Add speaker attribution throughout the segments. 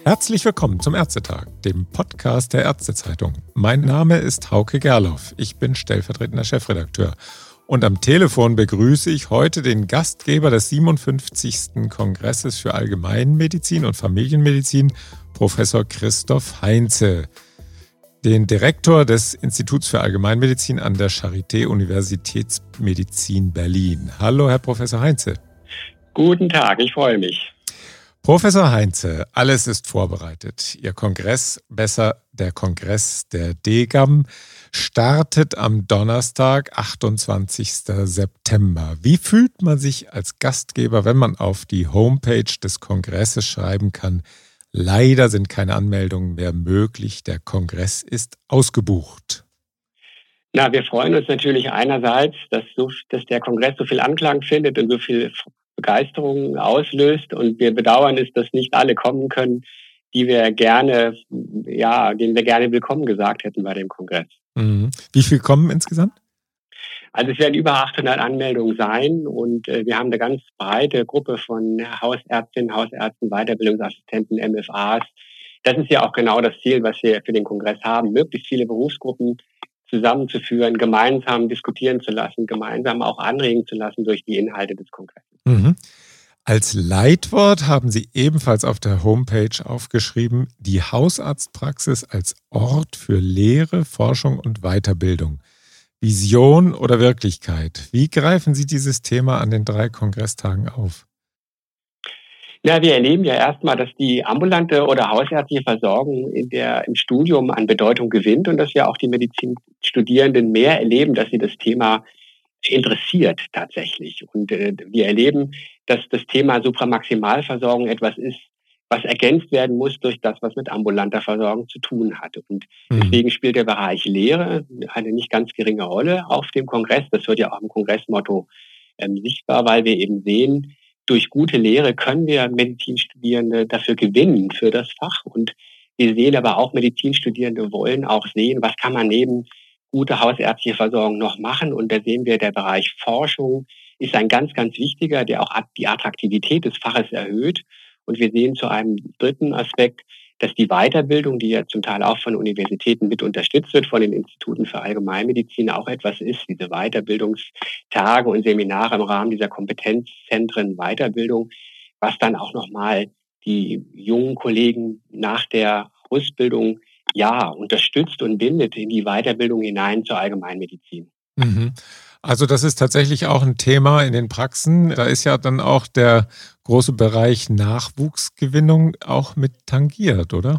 Speaker 1: Herzlich willkommen zum Ärztetag, dem Podcast der Ärztezeitung. Mein Name ist Hauke Gerloff, ich bin stellvertretender Chefredakteur. Und am Telefon begrüße ich heute den Gastgeber des 57. Kongresses für Allgemeinmedizin und Familienmedizin, Professor Christoph Heinze, den Direktor des Instituts für Allgemeinmedizin an der Charité Universitätsmedizin Berlin. Hallo, Herr Professor Heinze.
Speaker 2: Guten Tag, ich freue mich.
Speaker 1: Professor Heinze, alles ist vorbereitet. Ihr Kongress, besser der Kongress der DGAM, startet am Donnerstag, 28. September. Wie fühlt man sich als Gastgeber, wenn man auf die Homepage des Kongresses schreiben kann, leider sind keine Anmeldungen mehr möglich, der Kongress ist ausgebucht?
Speaker 2: Na, wir freuen uns natürlich einerseits, dass der Kongress so viel Anklang findet und so viel Begeisterung auslöst, und wir bedauern es, dass nicht alle kommen können, denen wir gerne willkommen gesagt hätten bei dem Kongress.
Speaker 1: Mhm. Wie viel kommen insgesamt?
Speaker 2: Also es werden über 800 Anmeldungen sein, und wir haben eine ganz breite Gruppe von Hausärztinnen, Hausärzten, Weiterbildungsassistenten, MFAs. Das ist ja auch genau das Ziel, was wir für den Kongress haben, möglichst viele Berufsgruppen zusammenzuführen, gemeinsam diskutieren zu lassen, gemeinsam auch anregen zu lassen durch die Inhalte des Kongresses.
Speaker 1: Mhm. Als Leitwort haben Sie ebenfalls auf der Homepage aufgeschrieben, die Hausarztpraxis als Ort für Lehre, Forschung und Weiterbildung. Vision oder Wirklichkeit? Wie greifen Sie dieses Thema an den 3 Kongresstagen auf?
Speaker 2: Ja, wir erleben ja erstmal, dass die ambulante oder hausärztliche Versorgung im Studium an Bedeutung gewinnt und dass ja auch die Medizinstudierenden mehr erleben, dass sie das Thema interessiert tatsächlich. Und wir erleben, dass das Thema Supramaximalversorgung etwas ist, was ergänzt werden muss durch das, was mit ambulanter Versorgung zu tun hat. Und deswegen spielt der Bereich Lehre eine nicht ganz geringe Rolle auf dem Kongress. Das wird ja auch im Kongressmotto sichtbar, weil wir eben sehen, durch gute Lehre können wir Medizinstudierende dafür gewinnen, für das Fach. Und wir sehen aber auch, Medizinstudierende wollen auch sehen, was kann man neben gute hausärztliche Versorgung noch machen. Und da sehen wir, der Bereich Forschung ist ein ganz, ganz wichtiger, der auch die Attraktivität des Faches erhöht. Und wir sehen zu einem dritten Aspekt, dass die Weiterbildung, die ja zum Teil auch von Universitäten mit unterstützt wird, von den Instituten für Allgemeinmedizin auch etwas ist, diese Weiterbildungstage und Seminare im Rahmen dieser Kompetenzzentren Weiterbildung, was dann auch nochmal die jungen Kollegen nach der Ausbildung unterstützt und bindet in die Weiterbildung hinein zur Allgemeinmedizin.
Speaker 1: Mhm. Also das ist tatsächlich auch ein Thema in den Praxen. Da ist ja dann auch der große Bereich Nachwuchsgewinnung auch mit tangiert, oder?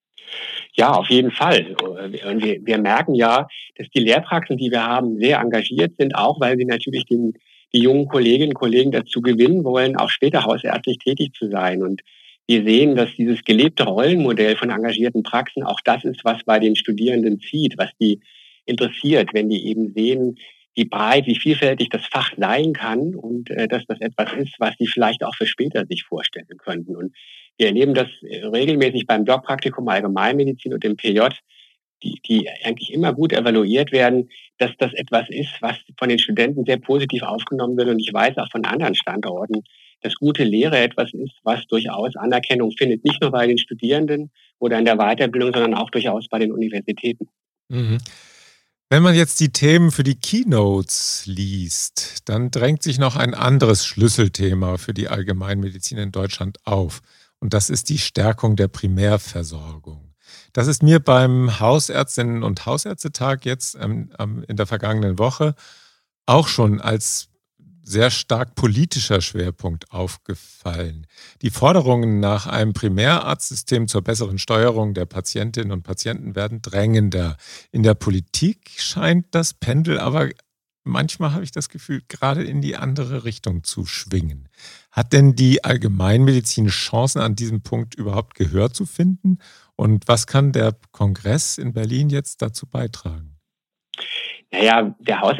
Speaker 2: Ja, auf jeden Fall. Und wir merken ja, dass die Lehrpraxen, die wir haben, sehr engagiert sind, auch weil sie natürlich die jungen Kolleginnen und Kollegen dazu gewinnen wollen, auch später hausärztlich tätig zu sein. Und wir sehen, dass dieses gelebte Rollenmodell von engagierten Praxen auch das ist, was bei den Studierenden zieht, was die interessiert, wenn die eben sehen, wie breit, wie vielfältig das Fach sein kann und dass das etwas ist, was die vielleicht auch für später sich vorstellen könnten. Und wir erleben das regelmäßig beim Doc-Praktikum Allgemeinmedizin und im PJ, die eigentlich immer gut evaluiert werden, dass das etwas ist, was von den Studenten sehr positiv aufgenommen wird. Und ich weiß auch von anderen Standorten, dass gute Lehre etwas ist, was durchaus Anerkennung findet, nicht nur bei den Studierenden oder in der Weiterbildung, sondern auch durchaus bei den Universitäten.
Speaker 1: Mhm. Wenn man jetzt die Themen für die Keynotes liest, dann drängt sich noch ein anderes Schlüsselthema für die Allgemeinmedizin in Deutschland auf. Und das ist die Stärkung der Primärversorgung. Das ist mir beim Hausärztinnen- und Hausärztetag jetzt in der vergangenen Woche auch schon als sehr stark politischer Schwerpunkt aufgefallen. Die Forderungen nach einem Primärarztsystem zur besseren Steuerung der Patientinnen und Patienten werden drängender. In der Politik scheint das Pendel aber manchmal, habe ich das Gefühl, gerade in die andere Richtung zu schwingen. Hat denn die Allgemeinmedizin Chancen, an diesem Punkt überhaupt Gehör zu finden? Und was kann der Kongress in Berlin jetzt dazu beitragen?
Speaker 2: Naja,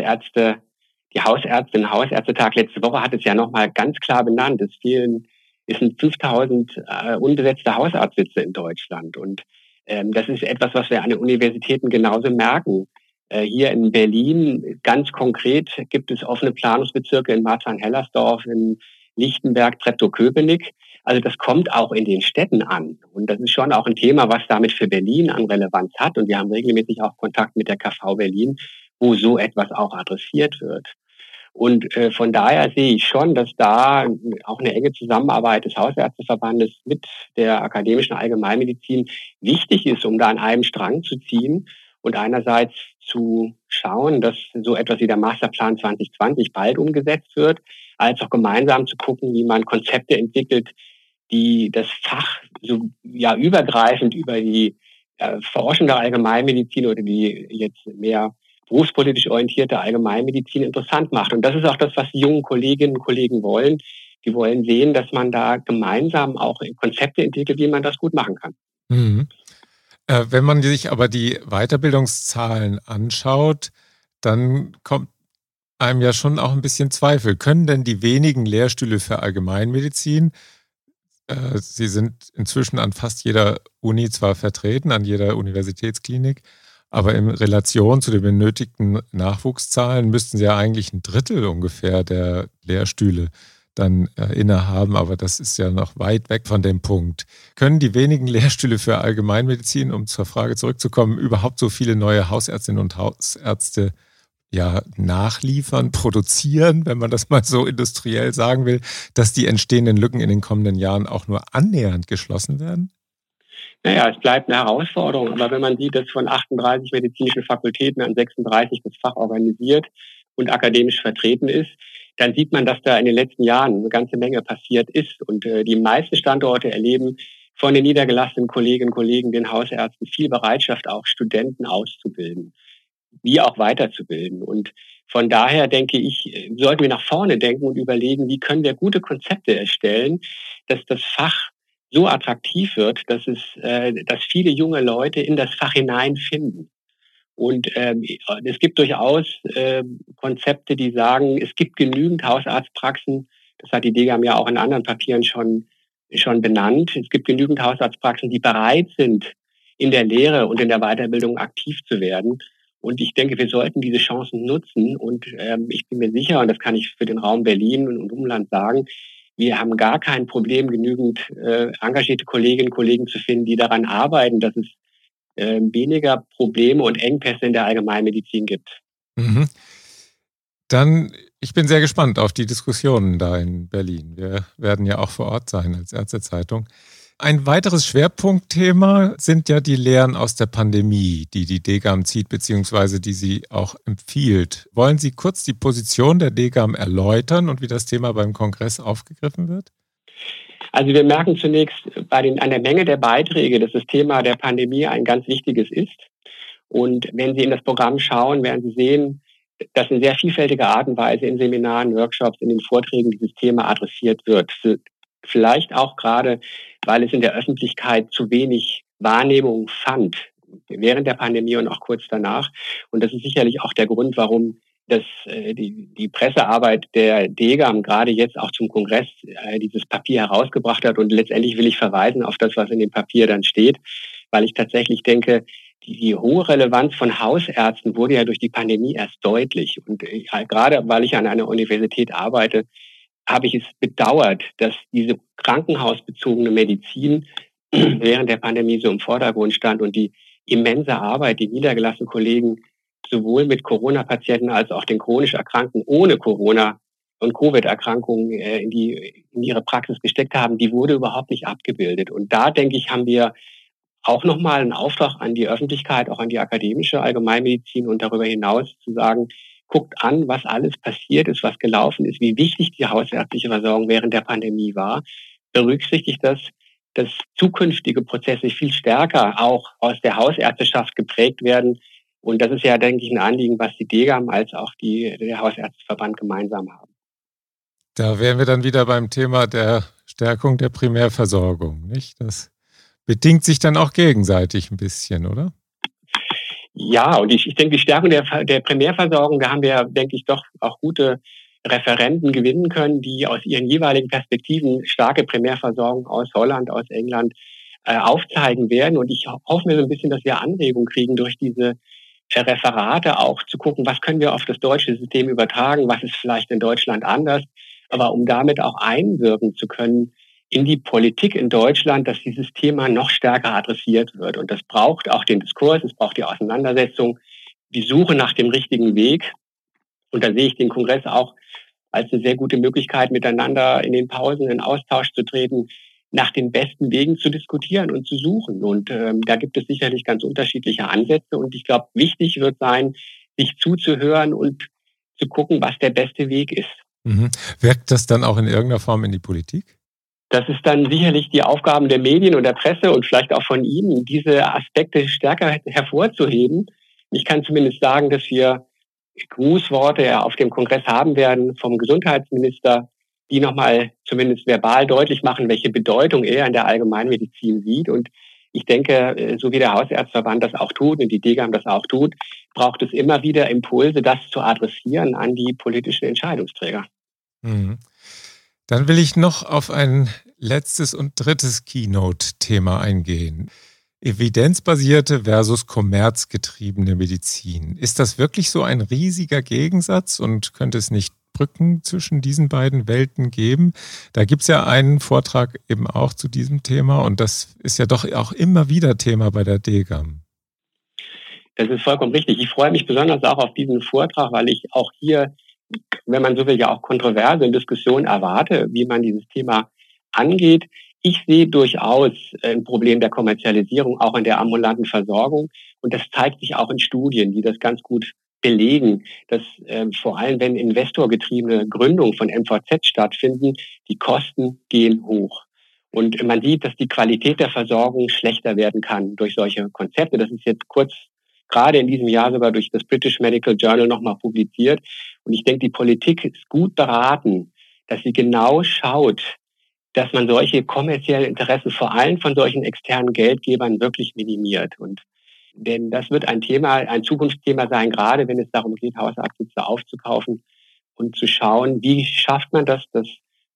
Speaker 2: die Hausärztinnen und Hausärztetag letzte Woche hat es ja nochmal ganz klar benannt. Es sind 5000 unbesetzte Hausarztsitze in Deutschland. Und das ist etwas, was wir an den Universitäten genauso merken. Hier in Berlin ganz konkret gibt es offene Planungsbezirke in Marzahn-Hellersdorf, in Lichtenberg, Treptow-Köpenick. Also das kommt auch in den Städten an. Und das ist schon auch ein Thema, was damit für Berlin an Relevanz hat. Und wir haben regelmäßig auch Kontakt mit der KV Berlin, wo so etwas auch adressiert wird. Und von daher sehe ich schon, dass da auch eine enge Zusammenarbeit des Hausärzteverbandes mit der akademischen Allgemeinmedizin wichtig ist, um da an einem Strang zu ziehen und einerseits zu schauen, dass so etwas wie der Masterplan 2020 bald umgesetzt wird, als auch gemeinsam zu gucken, wie man Konzepte entwickelt, die das Fach so übergreifend über die forschende Allgemeinmedizin oder die jetzt mehr berufspolitisch orientierte Allgemeinmedizin interessant macht. Und das ist auch das, was die jungen Kolleginnen und Kollegen wollen. Die wollen sehen, dass man da gemeinsam auch Konzepte entwickelt, wie man das gut machen kann.
Speaker 1: Mhm. Wenn man sich aber die Weiterbildungszahlen anschaut, dann kommt einem ja schon auch ein bisschen Zweifel. Können denn die wenigen Lehrstühle für Allgemeinmedizin, sie sind inzwischen an fast jeder Uni zwar vertreten, an jeder Universitätsklinik, aber in Relation zu den benötigten Nachwuchszahlen müssten sie ja eigentlich ein Drittel ungefähr der Lehrstühle dann innehaben, aber das ist ja noch weit weg von dem Punkt. Können die wenigen Lehrstühle für Allgemeinmedizin, um zur Frage zurückzukommen, überhaupt so viele neue Hausärztinnen und Hausärzte nachliefern, produzieren, wenn man das mal so industriell sagen will, dass die entstehenden Lücken in den kommenden Jahren auch nur annähernd geschlossen werden?
Speaker 2: Naja, es bleibt eine Herausforderung, aber wenn man sieht, dass von 38 medizinischen Fakultäten an 36 das Fach organisiert und akademisch vertreten ist, dann sieht man, dass da in den letzten Jahren eine ganze Menge passiert ist. Und die meisten Standorte erleben von den niedergelassenen Kolleginnen und Kollegen, den Hausärzten, viel Bereitschaft, auch Studenten auszubilden, wie auch weiterzubilden. Und von daher denke ich, sollten wir nach vorne denken und überlegen, wie können wir gute Konzepte erstellen, dass das Fach so attraktiv wird, dass viele junge Leute in das Fach hineinfinden. Und es gibt durchaus Konzepte, die sagen, es gibt genügend Hausarztpraxen. Das hat die DGAM ja auch in anderen Papieren schon benannt. Es gibt genügend Hausarztpraxen, die bereit sind, in der Lehre und in der Weiterbildung aktiv zu werden. Und ich denke, wir sollten diese Chancen nutzen. Und ich bin mir sicher, und das kann ich für den Raum Berlin und Umland sagen, wir haben gar kein Problem, genügend engagierte Kolleginnen und Kollegen zu finden, die daran arbeiten, dass es weniger Probleme und Engpässe in der Allgemeinmedizin gibt.
Speaker 1: Mhm. Dann, ich bin sehr gespannt auf die Diskussionen da in Berlin. Wir werden ja auch vor Ort sein als Ärztezeitung. Ein weiteres Schwerpunktthema sind ja die Lehren aus der Pandemie, die die DGAM zieht, beziehungsweise die sie auch empfiehlt. Wollen Sie kurz die Position der DGAM erläutern und wie das Thema beim Kongress aufgegriffen wird?
Speaker 2: Also wir merken zunächst an der Menge der Beiträge, dass das Thema der Pandemie ein ganz wichtiges ist. Und wenn Sie in das Programm schauen, werden Sie sehen, dass in sehr vielfältiger Art und Weise in Seminaren, Workshops, in den Vorträgen dieses Thema adressiert wird. Vielleicht auch gerade, weil es in der Öffentlichkeit zu wenig Wahrnehmung fand, während der Pandemie und auch kurz danach. Und das ist sicherlich auch der Grund, warum die Pressearbeit der DGAM gerade jetzt auch zum Kongress dieses Papier herausgebracht hat. Und letztendlich will ich verweisen auf das, was in dem Papier dann steht, weil ich tatsächlich denke, die hohe Relevanz von Hausärzten wurde ja durch die Pandemie erst deutlich. Und gerade weil ich an einer Universität arbeite, habe ich es bedauert, dass diese krankenhausbezogene Medizin während der Pandemie so im Vordergrund stand und die immense Arbeit, die niedergelassenen Kollegen sowohl mit Corona-Patienten als auch den chronisch Erkrankten ohne Corona- und Covid-Erkrankungen in ihre Praxis gesteckt haben, die wurde überhaupt nicht abgebildet. Und da, denke ich, haben wir auch nochmal einen Auftrag an die Öffentlichkeit, auch an die akademische Allgemeinmedizin und darüber hinaus zu sagen, guckt an, was alles passiert ist, was gelaufen ist, wie wichtig die hausärztliche Versorgung während der Pandemie war. Berücksichtigt das, dass zukünftige Prozesse viel stärker auch aus der Hausärzteschaft geprägt werden. Und das ist ja, denke ich, ein Anliegen, was die DGAM als auch der Hausärzteverband gemeinsam haben.
Speaker 1: Da wären wir dann wieder beim Thema der Stärkung der Primärversorgung, nicht? Das bedingt sich dann auch gegenseitig ein bisschen, oder?
Speaker 2: Ja, und ich denke, die Stärkung der Primärversorgung, da haben wir, denke ich, doch auch gute Referenten gewinnen können, die aus ihren jeweiligen Perspektiven starke Primärversorgung aus Holland, aus England aufzeigen werden. Und ich hoffe mir so ein bisschen, dass wir Anregung kriegen, durch diese Referate auch zu gucken, was können wir auf das deutsche System übertragen, was ist vielleicht in Deutschland anders, aber um damit auch einwirken zu können, in die Politik in Deutschland, dass dieses Thema noch stärker adressiert wird. Und das braucht auch den Diskurs, es braucht die Auseinandersetzung, die Suche nach dem richtigen Weg. Und da sehe ich den Kongress auch als eine sehr gute Möglichkeit, miteinander in den Pausen in Austausch zu treten, nach den besten Wegen zu diskutieren und zu suchen. Und da gibt es sicherlich ganz unterschiedliche Ansätze. Und ich glaube, wichtig wird sein, sich zuzuhören und zu gucken, was der beste Weg ist.
Speaker 1: Mhm. Wirkt das dann auch in irgendeiner Form in die Politik?
Speaker 2: Das ist dann sicherlich die Aufgaben der Medien und der Presse und vielleicht auch von Ihnen, diese Aspekte stärker hervorzuheben. Ich kann zumindest sagen, dass wir Grußworte auf dem Kongress haben werden vom Gesundheitsminister, die nochmal zumindest verbal deutlich machen, welche Bedeutung er in der Allgemeinmedizin sieht. Und ich denke, so wie der Hausärzteverband das auch tut und die DGAM das auch tut, braucht es immer wieder Impulse, das zu adressieren an die politischen Entscheidungsträger.
Speaker 1: Mhm. Dann will ich noch auf ein letztes und drittes Keynote-Thema eingehen. Evidenzbasierte versus kommerzgetriebene Medizin. Ist das wirklich so ein riesiger Gegensatz und könnte es nicht Brücken zwischen diesen beiden Welten geben? Da gibt es ja einen Vortrag eben auch zu diesem Thema und das ist ja doch auch immer wieder Thema bei der DGAM.
Speaker 2: Das ist vollkommen richtig. Ich freue mich besonders auch auf diesen Vortrag, weil ich auch hier, wenn man so will, ja auch kontroverse Diskussionen erwarte, wie man dieses Thema angeht. Ich sehe durchaus ein Problem der Kommerzialisierung auch in der ambulanten Versorgung. Und das zeigt sich auch in Studien, die das ganz gut belegen, dass vor allem, wenn investorgetriebene Gründungen von MVZ stattfinden, die Kosten gehen hoch. Und man sieht, dass die Qualität der Versorgung schlechter werden kann durch solche Konzepte. Das ist jetzt gerade in diesem Jahr sogar durch das British Medical Journal nochmal publiziert. Und ich denke, die Politik ist gut beraten, dass sie genau schaut, dass man solche kommerziellen Interessen vor allem von solchen externen Geldgebern wirklich minimiert. Denn das wird ein Zukunftsthema sein, gerade wenn es darum geht, Hausarztsitze aufzukaufen und zu schauen, wie schafft man das, dass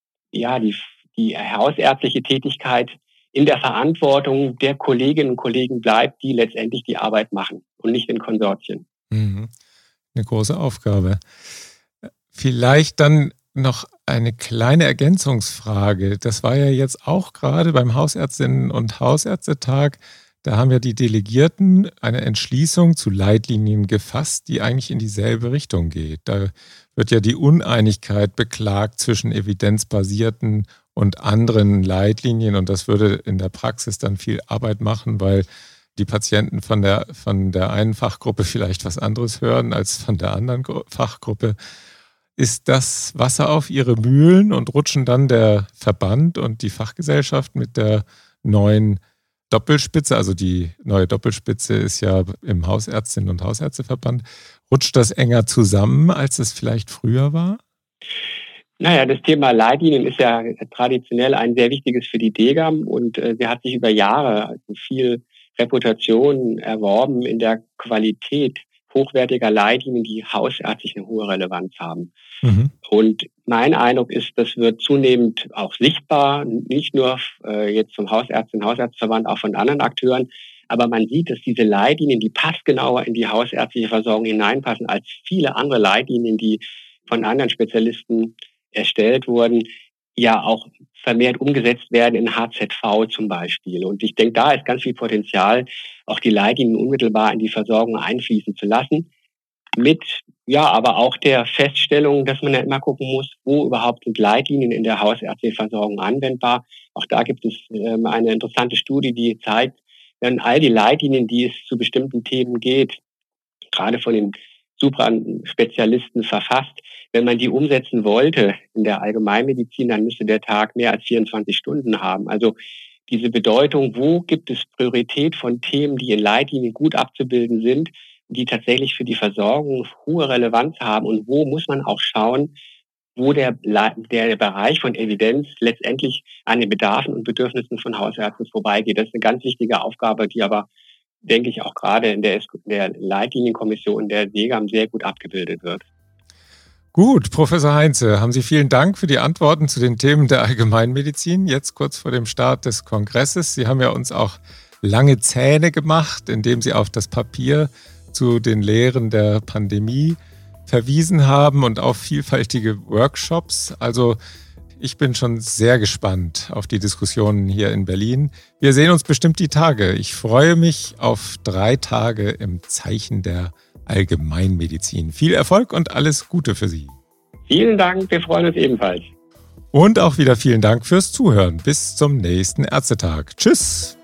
Speaker 2: die hausärztliche Tätigkeit in der Verantwortung der Kolleginnen und Kollegen bleibt, die letztendlich die Arbeit machen und nicht in Konsortien.
Speaker 1: Mhm. Eine große Aufgabe. Vielleicht dann noch eine kleine Ergänzungsfrage. Das war ja jetzt auch gerade beim Hausärztinnen- und Hausärztetag. Da haben ja die Delegierten eine Entschließung zu Leitlinien gefasst, die eigentlich in dieselbe Richtung geht. Da wird ja die Uneinigkeit beklagt zwischen evidenzbasierten und anderen Leitlinien. Und das würde in der Praxis dann viel Arbeit machen, weil die Patienten von der einen Fachgruppe vielleicht was anderes hören als von der anderen Fachgruppe. Ist das Wasser auf ihre Mühlen und rutschen dann der Verband und die Fachgesellschaft mit der neuen Doppelspitze, also die neue Doppelspitze ist ja im Hausärztinnen- und Hausärzteverband, rutscht das enger zusammen, als es vielleicht früher war?
Speaker 2: Naja, das Thema Leitlinien ist ja traditionell ein sehr wichtiges für die DGAM und sie hat sich über Jahre viel Reputation erworben in der Qualität hochwertiger Leitlinien, die hausärztlich eine hohe Relevanz haben. Mhm. Und mein Eindruck ist, das wird zunehmend auch sichtbar, nicht nur jetzt vom Hausärztinnen- und Hausärzteverband, auch von anderen Akteuren. Aber man sieht, dass diese Leitlinien, die passgenauer in die hausärztliche Versorgung hineinpassen als viele andere Leitlinien, die von anderen Spezialisten erstellt wurden, ja auch vermehrt umgesetzt werden in HZV zum Beispiel. Und ich denke, da ist ganz viel Potenzial, auch die Leitlinien unmittelbar in die Versorgung einfließen zu lassen. Aber auch der Feststellung, dass man ja immer gucken muss, wo überhaupt sind Leitlinien in der hausärztlichen Versorgung anwendbar. Auch da gibt es eine interessante Studie, die zeigt, wenn all die Leitlinien, die es zu bestimmten Themen geht, gerade von den Supra-Spezialisten verfasst, wenn man die umsetzen wollte in der Allgemeinmedizin, dann müsste der Tag mehr als 24 Stunden haben. Also diese Bedeutung, wo gibt es Priorität von Themen, die in Leitlinien gut abzubilden sind, die tatsächlich für die Versorgung hohe Relevanz haben und wo muss man auch schauen, wo der Bereich von Evidenz letztendlich an den Bedarfen und Bedürfnissen von Hausärzten vorbeigeht. Das ist eine ganz wichtige Aufgabe, die aber, denke ich, auch gerade in der Leitlinienkommission der DGAM sehr gut abgebildet wird.
Speaker 1: Gut, Professor Heinze, haben Sie vielen Dank für die Antworten zu den Themen der Allgemeinmedizin, jetzt kurz vor dem Start des Kongresses. Sie haben ja uns auch lange Zähne gemacht, indem Sie auf das Papier zu den Lehren der Pandemie verwiesen haben und auf vielfältige Workshops. Also Ich bin schon sehr gespannt auf die Diskussionen hier in Berlin. Wir sehen uns bestimmt die Tage. Ich freue mich auf 3 Tage im Zeichen der Allgemeinmedizin. Viel Erfolg und alles Gute für Sie.
Speaker 2: Vielen Dank, wir freuen uns ebenfalls.
Speaker 1: Und auch wieder vielen Dank fürs Zuhören. Bis zum nächsten Ärztetag. Tschüss.